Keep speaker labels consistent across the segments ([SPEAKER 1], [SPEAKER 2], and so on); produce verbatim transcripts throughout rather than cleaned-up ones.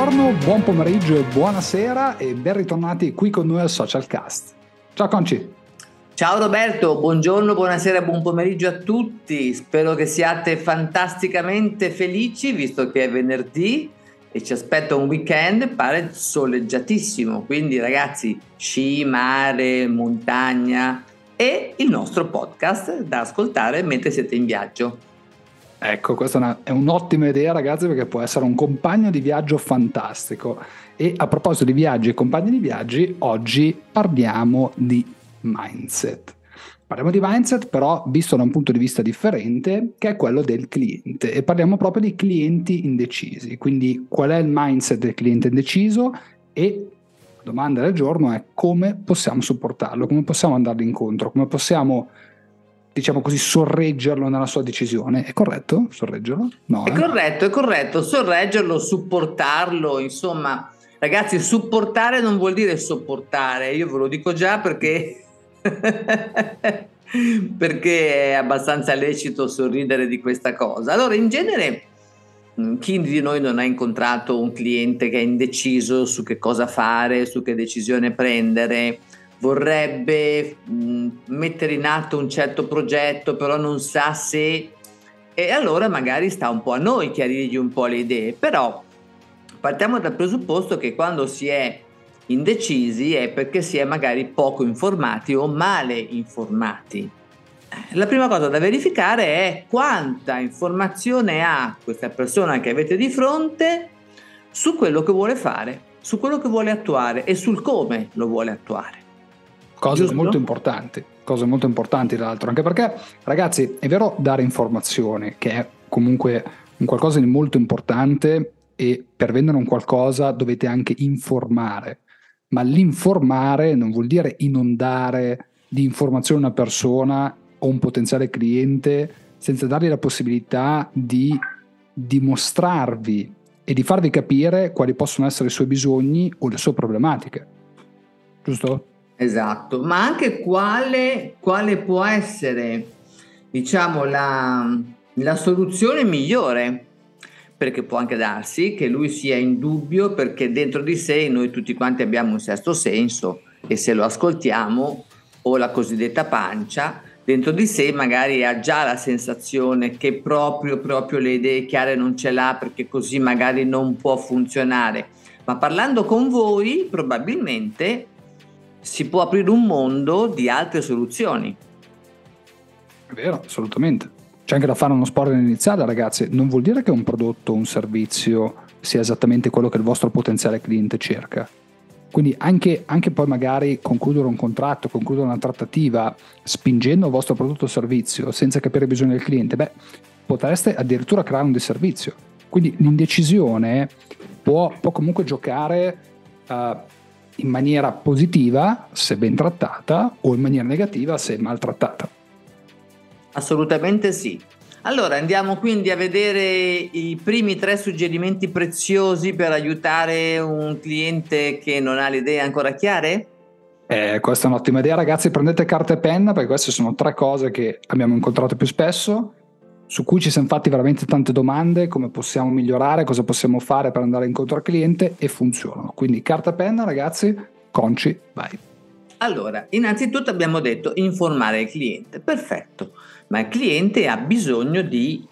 [SPEAKER 1] Buongiorno, buon pomeriggio e buonasera e ben ritornati qui con noi al Socialcast. Ciao Conci.
[SPEAKER 2] Ciao Roberto, buongiorno, buonasera, buon pomeriggio a tutti. Spero che siate fantasticamente felici visto che è venerdì e ci aspetta un weekend, pare soleggiatissimo. Quindi ragazzi, sci, mare, montagna e il nostro podcast da ascoltare mentre siete in viaggio.
[SPEAKER 1] Ecco, questa è, una, è un'ottima idea ragazzi, perché può essere un compagno di viaggio fantastico. E a proposito di viaggi e compagni di viaggi, oggi parliamo di mindset. Parliamo di mindset però visto da un punto di vista differente, che è quello del cliente, e parliamo proprio di clienti indecisi. Quindi qual è il mindset del cliente indeciso e la domanda del giorno è come possiamo supportarlo, come possiamo andargli incontro, come possiamo, diciamo così, sorreggerlo nella sua decisione. È corretto sorreggerlo? No,
[SPEAKER 2] È
[SPEAKER 1] eh?
[SPEAKER 2] corretto, è corretto, sorreggerlo, supportarlo, insomma, ragazzi, supportare non vuol dire sopportare, io ve lo dico già perché perché è abbastanza lecito sorridere di questa cosa. Allora, in genere, chi di noi non ha incontrato un cliente che è indeciso su che cosa fare, su che decisione prendere, vorrebbe mh, mettere in atto un certo progetto, però non sa se... E allora magari sta un po' a noi chiarirgli un po' le idee, però partiamo dal presupposto che quando si è indecisi è perché si è magari poco informati o male informati. La prima cosa da verificare è quanta informazione ha questa persona che avete di fronte su quello che vuole fare, su quello che vuole attuare e sul come lo vuole attuare.
[SPEAKER 1] Cose
[SPEAKER 2] Giusto?
[SPEAKER 1] molto importanti, cose molto importanti tra l'altro, anche perché ragazzi è vero dare informazione, che è comunque un qualcosa di molto importante, e per vendere un qualcosa dovete anche informare, ma l'informare non vuol dire inondare di informazioni una persona o un potenziale cliente senza dargli la possibilità di dimostrarvi e di farvi capire quali possono essere i suoi bisogni o le sue problematiche, giusto?
[SPEAKER 2] Esatto, ma anche quale, quale può essere, diciamo, la, la soluzione migliore, perché può anche darsi che lui sia in dubbio perché dentro di sé noi tutti quanti abbiamo un sesto senso e se lo ascoltiamo, o la cosiddetta pancia, dentro di sé magari ha già la sensazione che proprio, proprio le idee chiare non ce l'ha perché così magari non può funzionare, ma parlando con voi probabilmente si può aprire un mondo di altre soluzioni.
[SPEAKER 1] È vero, assolutamente. C'è anche da fare uno spoiler iniziale, ragazzi. Non vuol dire che un prodotto o un servizio sia esattamente quello che il vostro potenziale cliente cerca. Quindi anche, anche poi magari concludere un contratto, concludere una trattativa spingendo il vostro prodotto o servizio senza capire i bisogni del cliente, beh, potreste addirittura creare un disservizio. Quindi l'indecisione può, può comunque giocare uh, in maniera positiva se ben trattata o in maniera negativa se maltrattata.
[SPEAKER 2] Assolutamente sì. Allora andiamo quindi a vedere i primi tre suggerimenti preziosi per aiutare un cliente che non ha le idee ancora chiare?
[SPEAKER 1] Eh, questa è un'ottima idea ragazzi, prendete carta e penna perché queste sono tre cose che abbiamo incontrato più spesso, su cui ci siamo fatti veramente tante domande, come possiamo migliorare, cosa possiamo fare per andare incontro al cliente, e funzionano. Quindi carta e penna ragazzi, Conci, vai.
[SPEAKER 2] Allora, innanzitutto abbiamo detto informare il cliente, perfetto, ma il cliente ha bisogno di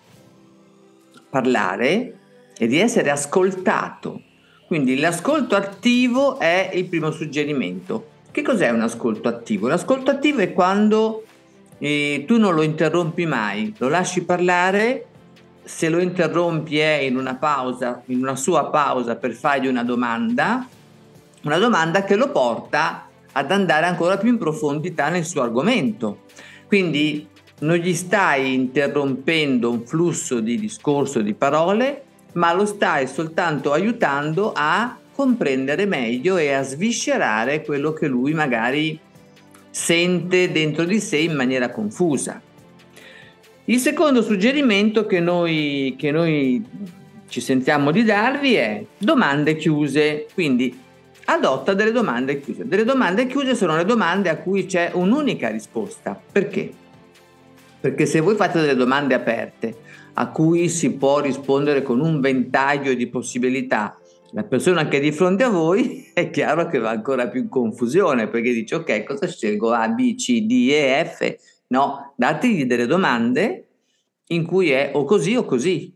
[SPEAKER 2] parlare e di essere ascoltato, quindi l'ascolto attivo è il primo suggerimento. Che cos'è un ascolto attivo? L'ascolto attivo è quando eh, tu non lo interrompi mai, lo lasci parlare, se lo interrompi è in una pausa, in una sua pausa per fargli una domanda, una domanda che lo porta ad andare ancora più in profondità nel suo argomento. Quindi non gli stai interrompendo un flusso di discorso, di parole, ma lo stai soltanto aiutando a comprendere meglio e a sviscerare quello che lui magari sente dentro di sé in maniera confusa. Il secondo suggerimento che noi, che noi ci sentiamo di darvi è domande chiuse, quindi adotta delle domande chiuse. Delle domande chiuse sono le domande a cui c'è un'unica risposta. Perché? Perché se voi fate delle domande aperte a cui si può rispondere con un ventaglio di possibilità La persona che è di fronte a voi è chiaro che va ancora più in confusione, perché dice ok, cosa scelgo? A, B, C, D e F? No, dategli delle domande in cui è o così o così.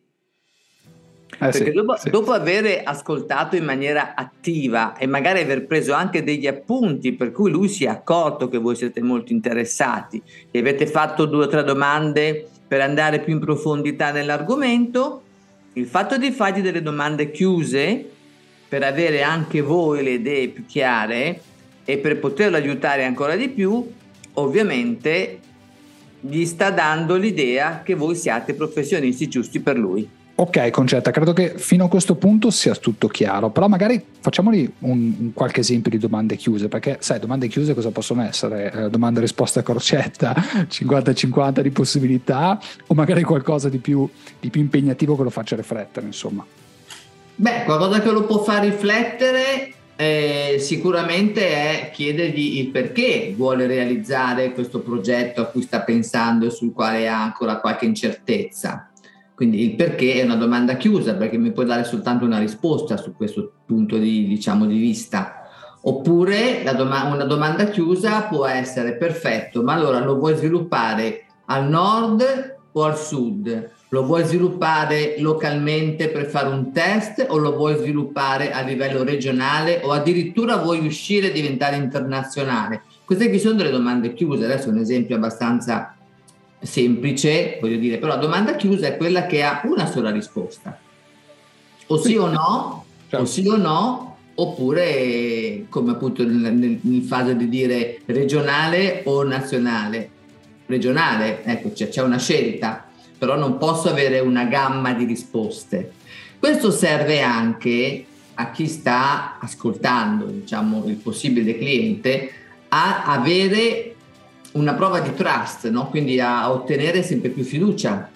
[SPEAKER 1] Eh
[SPEAKER 2] perché
[SPEAKER 1] sì,
[SPEAKER 2] dopo,
[SPEAKER 1] sì.
[SPEAKER 2] dopo aver ascoltato in maniera attiva e magari aver preso anche degli appunti per cui lui si è accorto che voi siete molto interessati e avete fatto due o tre domande per andare più in profondità nell'argomento, il fatto di fargli delle domande chiuse per avere anche voi le idee più chiare e per poterlo aiutare ancora di più, ovviamente gli sta dando l'idea che voi siate professionisti giusti per lui.
[SPEAKER 1] Ok, Concetta, credo che fino a questo punto sia tutto chiaro, però magari facciamoli un, un qualche esempio di domande chiuse, perché sai, domande chiuse cosa possono essere? Eh, domande e risposte a crocetta, cinquanta cinquanta di possibilità, o magari qualcosa di più, di più impegnativo che lo faccia riflettere, insomma.
[SPEAKER 2] Beh, qualcosa che lo può far riflettere eh, sicuramente è chiedergli il perché vuole realizzare questo progetto a cui sta pensando e sul quale ha ancora qualche incertezza. Quindi il perché è una domanda chiusa, perché mi puoi dare soltanto una risposta su questo punto di, diciamo, di vista. Oppure la doma- una domanda chiusa può essere: perfetto, ma allora lo vuoi sviluppare al nord o al sud? Lo vuoi sviluppare localmente per fare un test o lo vuoi sviluppare a livello regionale o addirittura vuoi uscire e diventare internazionale? Queste qui sono delle domande chiuse. Adesso è un esempio abbastanza semplice, voglio dire, però la domanda chiusa è quella che ha una sola risposta, o sì o no, certo. o sì o no, oppure come appunto nel, nel fase di dire regionale o nazionale. Regionale, ecco, c'è, c'è una scelta, però non posso avere una gamma di risposte. Questo serve anche a chi sta ascoltando, diciamo, il possibile cliente, a avere una prova di trust, no? Quindi a ottenere sempre più fiducia.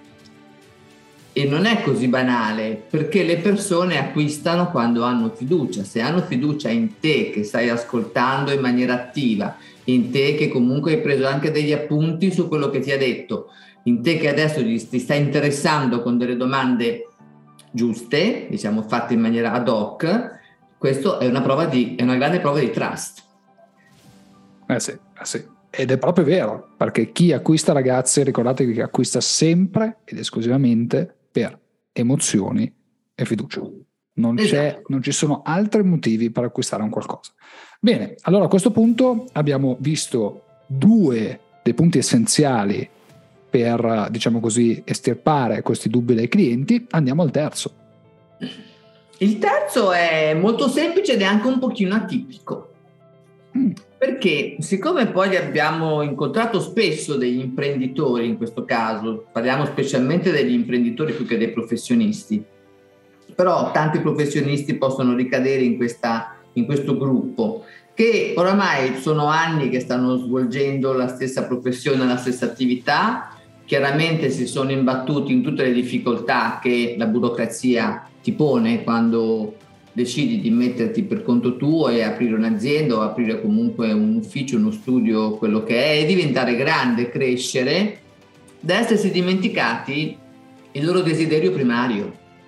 [SPEAKER 2] E non è così banale, perché le persone acquistano quando hanno fiducia. Se hanno fiducia in te che stai ascoltando in maniera attiva, in te che comunque hai preso anche degli appunti su quello che ti ha detto, in te che adesso ti stai interessando con delle domande giuste, diciamo fatte in maniera ad hoc, questo è una prova di, è una grande prova di trust.
[SPEAKER 1] Eh sì, eh sì. Ed è proprio vero, perché chi acquista, ragazzi, ricordatevi che acquista sempre ed esclusivamente per emozioni e fiducia. Non, esatto. c'è, non ci sono altri motivi per acquistare un qualcosa. Bene, allora a questo punto abbiamo visto due dei punti essenziali per, diciamo così, estirpare questi dubbi dai clienti. Andiamo al terzo.
[SPEAKER 2] Il terzo è molto semplice ed è anche un pochino atipico. Mm. Perché siccome poi abbiamo incontrato spesso degli imprenditori, in questo caso parliamo specialmente degli imprenditori più che dei professionisti, però tanti professionisti possono ricadere in, questa, in questo gruppo, che oramai sono anni che stanno svolgendo la stessa professione, la stessa attività, chiaramente si sono imbattuti in tutte le difficoltà che la burocrazia ti pone quando decidi di metterti per conto tuo e aprire un'azienda o aprire comunque un ufficio, uno studio, quello che è, e diventare grande, crescere, da essersi dimenticati il loro desiderio primario.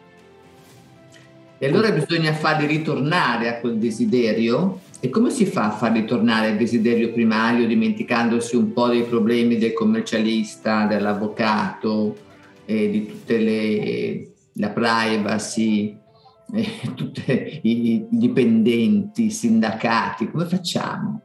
[SPEAKER 2] E allora bisogna farli ritornare a quel desiderio. E come si fa a far ritornare il desiderio primario dimenticandosi un po' dei problemi del commercialista, dell'avvocato, eh, di tutte le la privacy, eh, tutti i dipendenti, i sindacati? Come facciamo?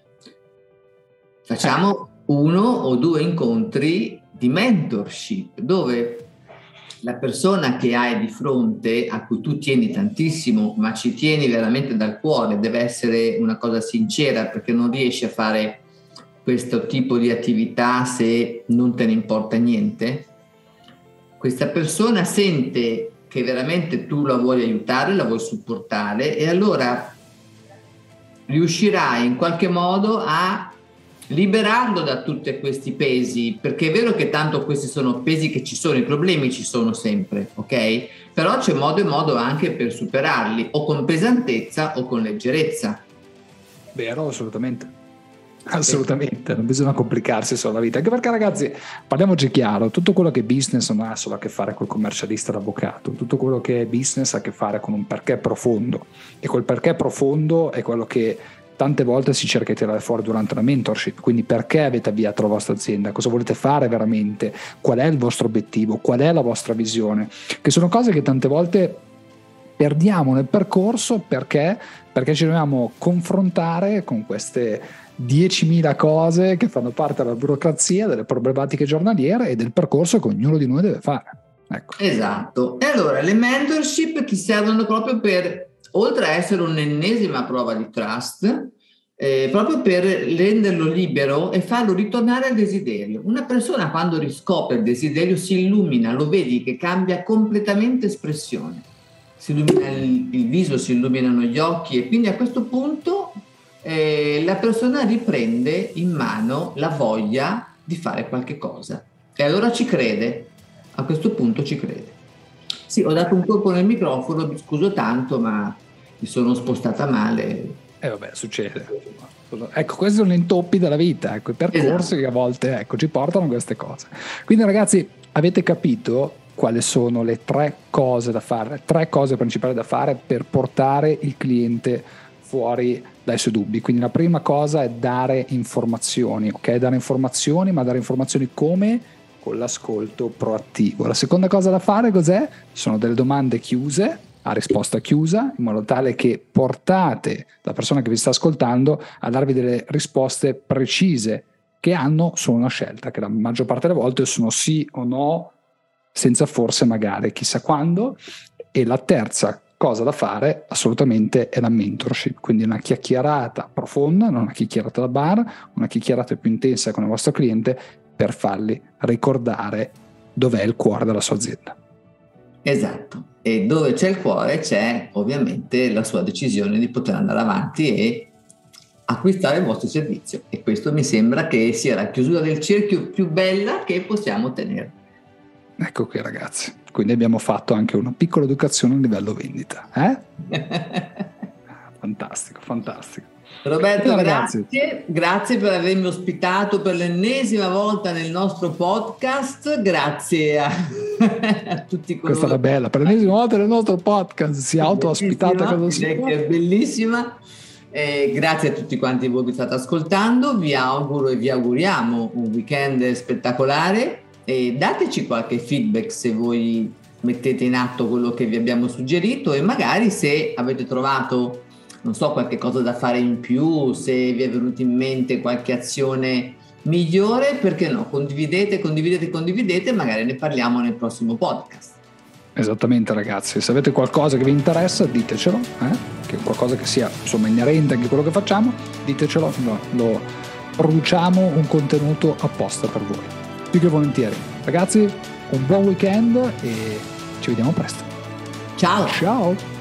[SPEAKER 2] Facciamo uno o due incontri di mentorship dove la persona che hai di fronte, a cui tu tieni tantissimo, ma ci tieni veramente dal cuore, deve essere una cosa sincera, perché non riesci a fare questo tipo di attività se non te ne importa niente. Questa persona sente che veramente tu la vuoi aiutare, la vuoi supportare, e allora riuscirai in qualche modo a liberarlo da tutti questi pesi, perché è vero che tanto questi sono pesi che ci sono, i problemi ci sono sempre, ok? Però c'è modo e modo anche per superarli, o con pesantezza o con leggerezza.
[SPEAKER 1] Vero, assolutamente. Assolutamente, non bisogna complicarsi solo la vita, anche perché ragazzi, parliamoci chiaro, tutto quello che è business non ha solo a che fare col commercialista d'avvocato, tutto quello che è business ha a che fare con un perché profondo, e quel perché profondo è quello che tante volte si cerca di tirare fuori durante la mentorship. Quindi perché avete avviato la vostra azienda, cosa volete fare veramente, qual è il vostro obiettivo, qual è la vostra visione, che sono cose che tante volte perdiamo nel percorso perché perché ci dobbiamo confrontare con queste diecimila cose che fanno parte della burocrazia, delle problematiche giornaliere e del percorso che ognuno di noi deve fare. Ecco.
[SPEAKER 2] Esatto. E allora le mentorship ti servono proprio per, oltre a essere un'ennesima prova di trust, eh, proprio per renderlo libero e farlo ritornare al desiderio. Una persona quando riscopre il desiderio si illumina, lo vedi che cambia completamente espressione. Si illumina il, il viso, si illuminano gli occhi e quindi a questo punto eh, la persona riprende in mano la voglia di fare qualche cosa e allora ci crede, a questo punto ci crede. Sì, ho dato un colpo nel microfono, mi scuso tanto, ma mi sono spostata male.
[SPEAKER 1] E eh vabbè, succede. Ecco, questi sono gli intoppi della vita, ecco, i percorsi esatto. Che a volte ecco, ci portano a queste cose. Quindi ragazzi, avete capito quali sono le tre cose da fare, tre cose principali da fare per portare il cliente fuori dai suoi dubbi. Quindi la prima cosa è dare informazioni, ok? Dare informazioni, ma dare informazioni come? Con l'ascolto proattivo. La seconda cosa da fare cos'è? Sono delle domande chiuse, a risposta chiusa, in modo tale che portate la persona che vi sta ascoltando a darvi delle risposte precise che hanno solo una scelta, che la maggior parte delle volte sono sì o no, senza forse magari chissà quando. E la terza cosa da fare assolutamente è la mentorship, quindi una chiacchierata profonda, non una chiacchierata da bar, una chiacchierata più intensa con il vostro cliente per fargli ricordare dov'è il cuore della sua azienda.
[SPEAKER 2] Esatto, e dove c'è il cuore c'è ovviamente la sua decisione di poter andare avanti e acquistare il vostro servizio, e questo mi sembra che sia la chiusura del cerchio più bella che possiamo ottenere.
[SPEAKER 1] Ecco qui ragazzi, quindi abbiamo fatto anche una piccola educazione a livello vendita, eh? Fantastico, fantastico.
[SPEAKER 2] Roberto, grazie, grazie per avermi ospitato per l'ennesima volta nel nostro podcast, grazie a, a tutti coloro.
[SPEAKER 1] Questa era bella, per l'ennesima volta nel nostro podcast, si è auto-ospitata cosa si può.
[SPEAKER 2] Che è bellissima. Eh, grazie a tutti quanti voi che state ascoltando, vi auguro e vi auguriamo un weekend spettacolare. E dateci qualche feedback se voi mettete in atto quello che vi abbiamo suggerito, e magari se avete trovato, non so, qualche cosa da fare in più, se vi è venuto in mente qualche azione migliore, perché no, condividete, condividete, condividete, magari ne parliamo nel prossimo podcast.
[SPEAKER 1] Esattamente ragazzi, se avete qualcosa che vi interessa ditecelo, eh? Che qualcosa che sia insomma inerente anche a quello che facciamo, ditecelo, no, lo produciamo un contenuto apposta per voi. Più che volentieri. Ragazzi, un buon weekend e ci vediamo presto.
[SPEAKER 2] Ciao.
[SPEAKER 1] Ciao.